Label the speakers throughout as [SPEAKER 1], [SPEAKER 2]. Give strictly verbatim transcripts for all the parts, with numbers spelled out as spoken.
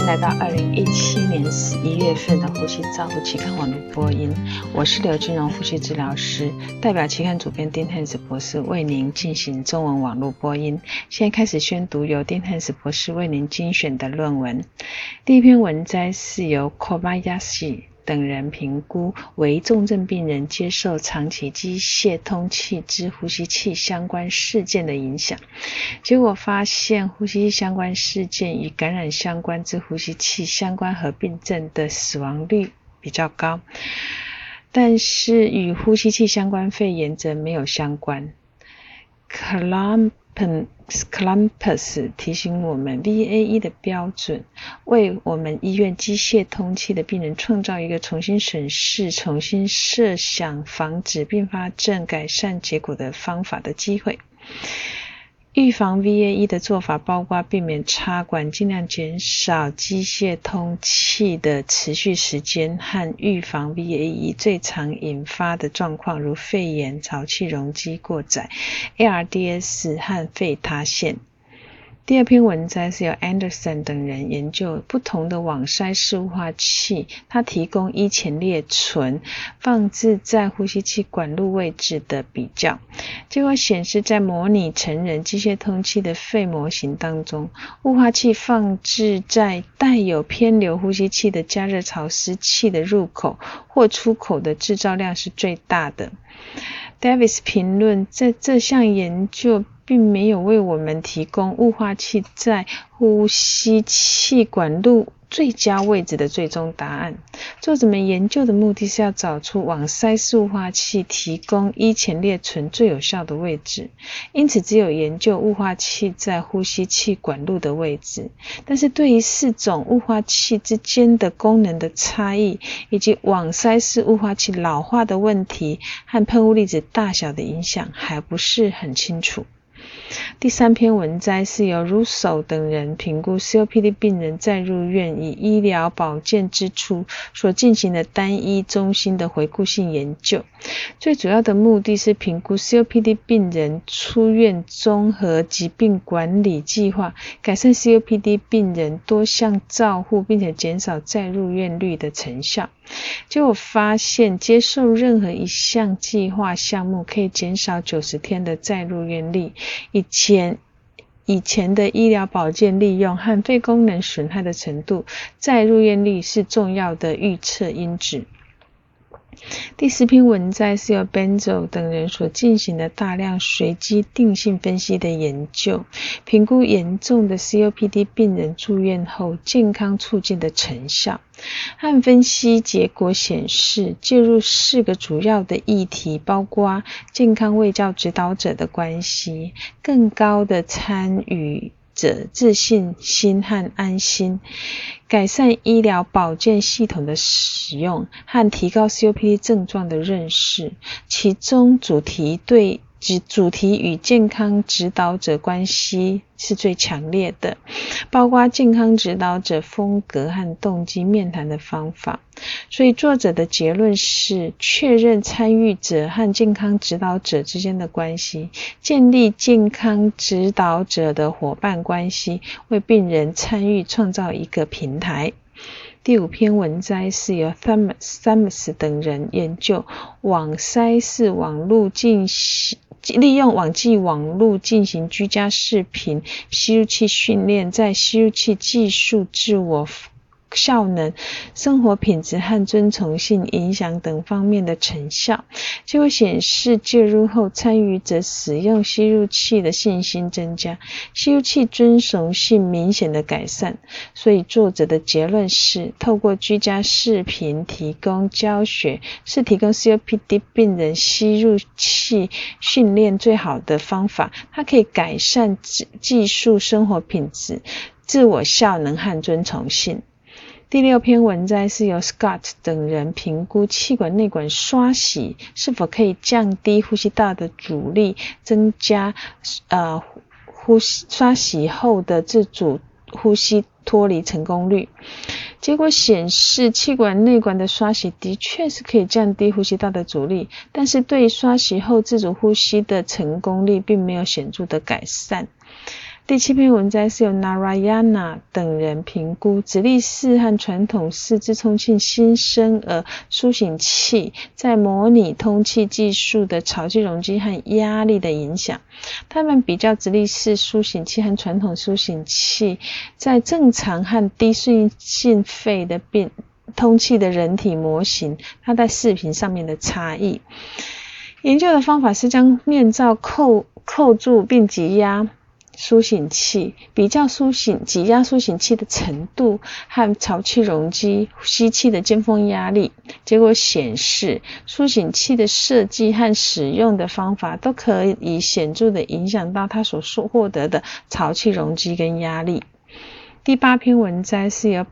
[SPEAKER 1] 迎来到二零一七年十一月份的呼吸照护期刊网络播音，我是刘君荣呼吸治疗师，代表期刊主编丁汉斯博士为您进行中文网络播音。现在开始宣读由丁汉斯博士为您精选的论文。第一篇文摘是由 Kobayashi等人评估为重症病人接受长期机械通气之呼吸器相关事件的影响，结果发现呼吸器相关事件与感染相关之呼吸器相关合并症的死亡率比较高，但是与呼吸器相关肺炎则没有相关。Klumpus 提醒我们 V A E 的标准为我们医院机械通气的病人创造一个重新审视、重新设想防止并发症改善结果的方法的机会。预防 V A E 的做法包括避免插管，尽量减少机械通气的持续时间，和预防 V A E 最常引发的状况，如肺炎、潮气容积过载、A R D S 和肺塌陷。第二篇文摘是由 Anderson 等人研究不同的网筛式雾化器，它提供依前列存放置在呼吸器管路位置的比较。结果显示，在模拟成人机械通气的肺模型当中，雾化器放置在带有偏流呼吸器的加热潮湿器的入口或出口的制造量是最大的。Davis 评论，在这项研究并没有为我们提供雾化器在呼吸器管路最佳位置的最终答案。作者们研究的目的是要找出网筛式雾化器提供依前列存最有效的位置，因此只有研究雾化器在呼吸器管路的位置。但是对于四种雾化器之间的功能的差异，以及网筛式雾化器老化的问题和喷雾粒子大小的影响还不是很清楚。第三篇文摘是由 Russo 等人评估 C O P D 病人在入院与医疗保健之初所进行的单一中心的回顾性研究。最主要的目的是评估 C O P D 病人出院综合疾病管理计划，改善 C O P D 病人多项照护，并且减少再入院率的成效。结果发现，接受任何一项计划项目可以减少九十天的再入院率。以前以前的医疗保健利用和肺功能损害的程度，再入院率是重要的预测因子。第四篇文摘是由 Benzo 等人所进行的大量随机定性分析的研究，评估严重的 C O P D 病人住院后健康促进的成效。和分析结果显示，介入四个主要的议题，包括健康卫教指导者的关系、更高的参与者自信心和安心、改善医疗保健系统的使用和提高 C O P D 症状的认识。其中主题对主题与健康指导者关系是最强烈的，包括健康指导者风格和动机面谈的方法。所以作者的结论是，确认参与者和健康指导者之间的关系，建立健康指导者的伙伴关系，为病人参与创造一个平台。第五篇文摘是由 Thomas 等人研究网筛式网路进行利用网际网路进行居家视频吸入器训练，在吸入器技术、自我效能、生活品质和遵从性影响等方面的成效。结果显示，介入后参与者使用吸入器的信心增加，吸入器遵从性明显的改善。所以作者的结论是，透过居家视频提供教学是提供 C O P D 病人吸入器训练最好的方法，它可以改善技术、生活品质、自我效能和遵从性。第六篇文摘是由 Scott 等人评估气管内管刷洗是否可以降低呼吸道的阻力，增加呃呼吸刷洗后的自主呼吸脱离成功率。结果显示，气管内管的刷洗的确是可以降低呼吸道的阻力，但是对刷洗后自主呼吸的成功率并没有显著的改善。 第七篇文摘是由 Narayana 等人评估直立式和传统式自充气新生儿苏醒器在模拟通气技术的潮气容积和压力的影响。他们比较直立式苏醒器和传统苏醒器在正常和低顺性肺的病通气的人体模型，它在视频上面的差异。研究的方法是将面罩扣扣住并挤压苏醒器，比较苏醒挤压苏醒器的程度和潮气容积、吸气的尖峰压力。结果显示，苏醒器的设计和使用的方法都可以显著的影响到它所获得的潮气容积跟压力。第八篇文摘是由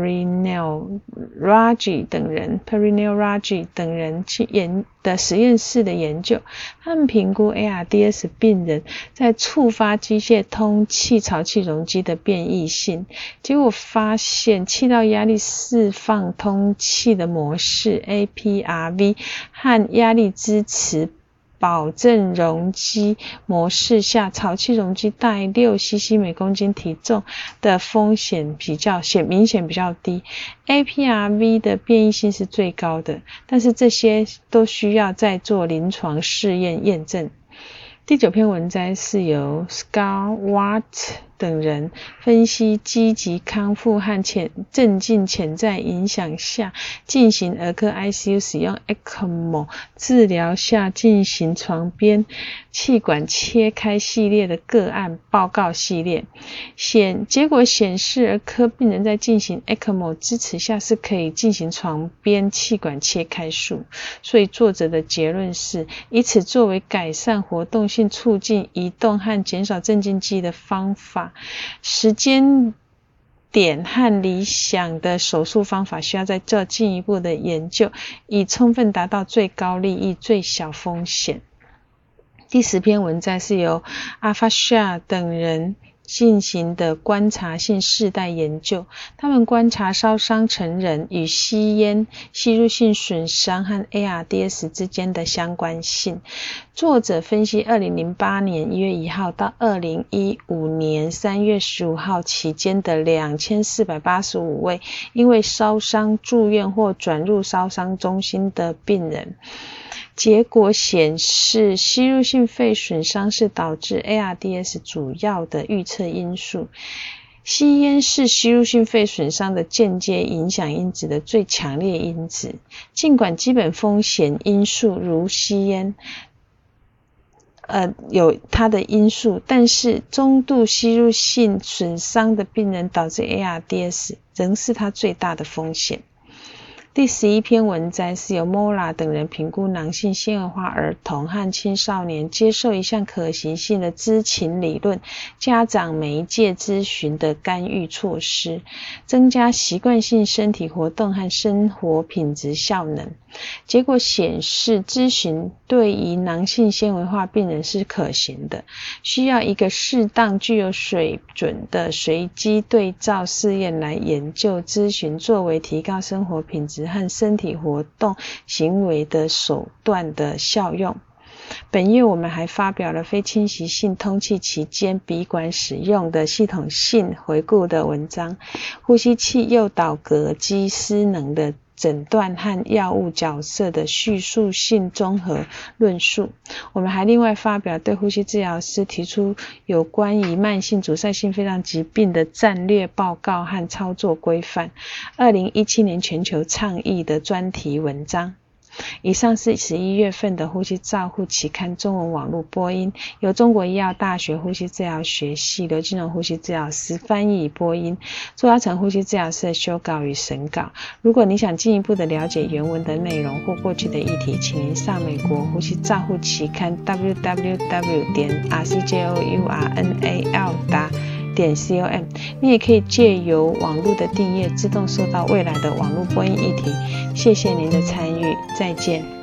[SPEAKER 1] Perinel Raji 等人 Perinel Raji 等人去研的实验室的研究，他们评估 A R D S 病人在触发机械通气潮气容积的变异性，结果发现气道压力释放通气的模式 A P R V 和压力支持保证容积模式下，潮气容积大于六 C C 每公斤体重的风险比较显明显比较低。A P R V 的变异性是最高的，但是这些都需要再做临床试验验证。第九篇文摘是由 Scott Watt 等人分析积极康复和潜镇静潜在影响下进行儿科 I C U 使用 E C M O 治疗下进行床边气管切开系列的个案报告系列。显结果显示，儿科病人在进行 E C M O 支持下是可以进行床边气管切开术。所以作者的结论是，以此作为改善活动性、促进移动和减少镇静剂的方法，时间点和理想的手术方法需要再做进一步的研究，以充分达到最高利益、最小风险。第十篇文摘是由 Afasha 等人进行的观察性世代研究，他们观察烧伤成人与吸烟、吸入性损伤和 A R D S 之间的相关性。作者分析二零零八年一月一号到二零一五年三月十五号期间的两千四百八十五位因为烧伤住院或转入烧伤中心的病人。结果显示，吸入性肺损伤是导致 A R D S 主要的预测因素。吸烟是吸入性肺损伤的间接影响因子的最强烈因子。尽管基本风险因素如吸烟呃，有它的因素，但是中度吸入性损伤的病人导致 A R D S 仍是它最大的风险。第十一篇文摘是由 Mola 等人评估囊性纤维化儿童和青少年接受一项可行性的知情理论家长媒介咨询的干预措施，增加习惯性身体活动和生活品质效能。结果显示，咨询对于囊性纤维化病人是可行的，需要一个适当具有水准的随机对照试验来研究咨询作为提高生活品质和身体活动行为的手段的效用。本月我们还发表了非侵袭性通气期间鼻管使用的系统性回顾的文章，呼吸器诱导膈肌失能的诊断和药物角色的叙述性综合论述。我们还另外发表对呼吸治疗师提出有关于慢性阻塞性肺脏疾病的战略报告和操作规范，二零一七年全球倡议的专题文章。以上是十一月份的呼吸照护期刊中文网络播音，由中国医药大学呼吸治疗学系刘金荣呼吸治疗师翻译与播音，朱嘉诚呼吸治疗师的修稿与审稿。如果你想进一步的了解原文的内容或过去的议题，请您上美国呼吸照护期刊 double-u double-u double-u 点 r c j o u r n a l 点 com， 你也可以借由网络的订阅自动收到未来的网络播音议题。谢谢您的参与，再见。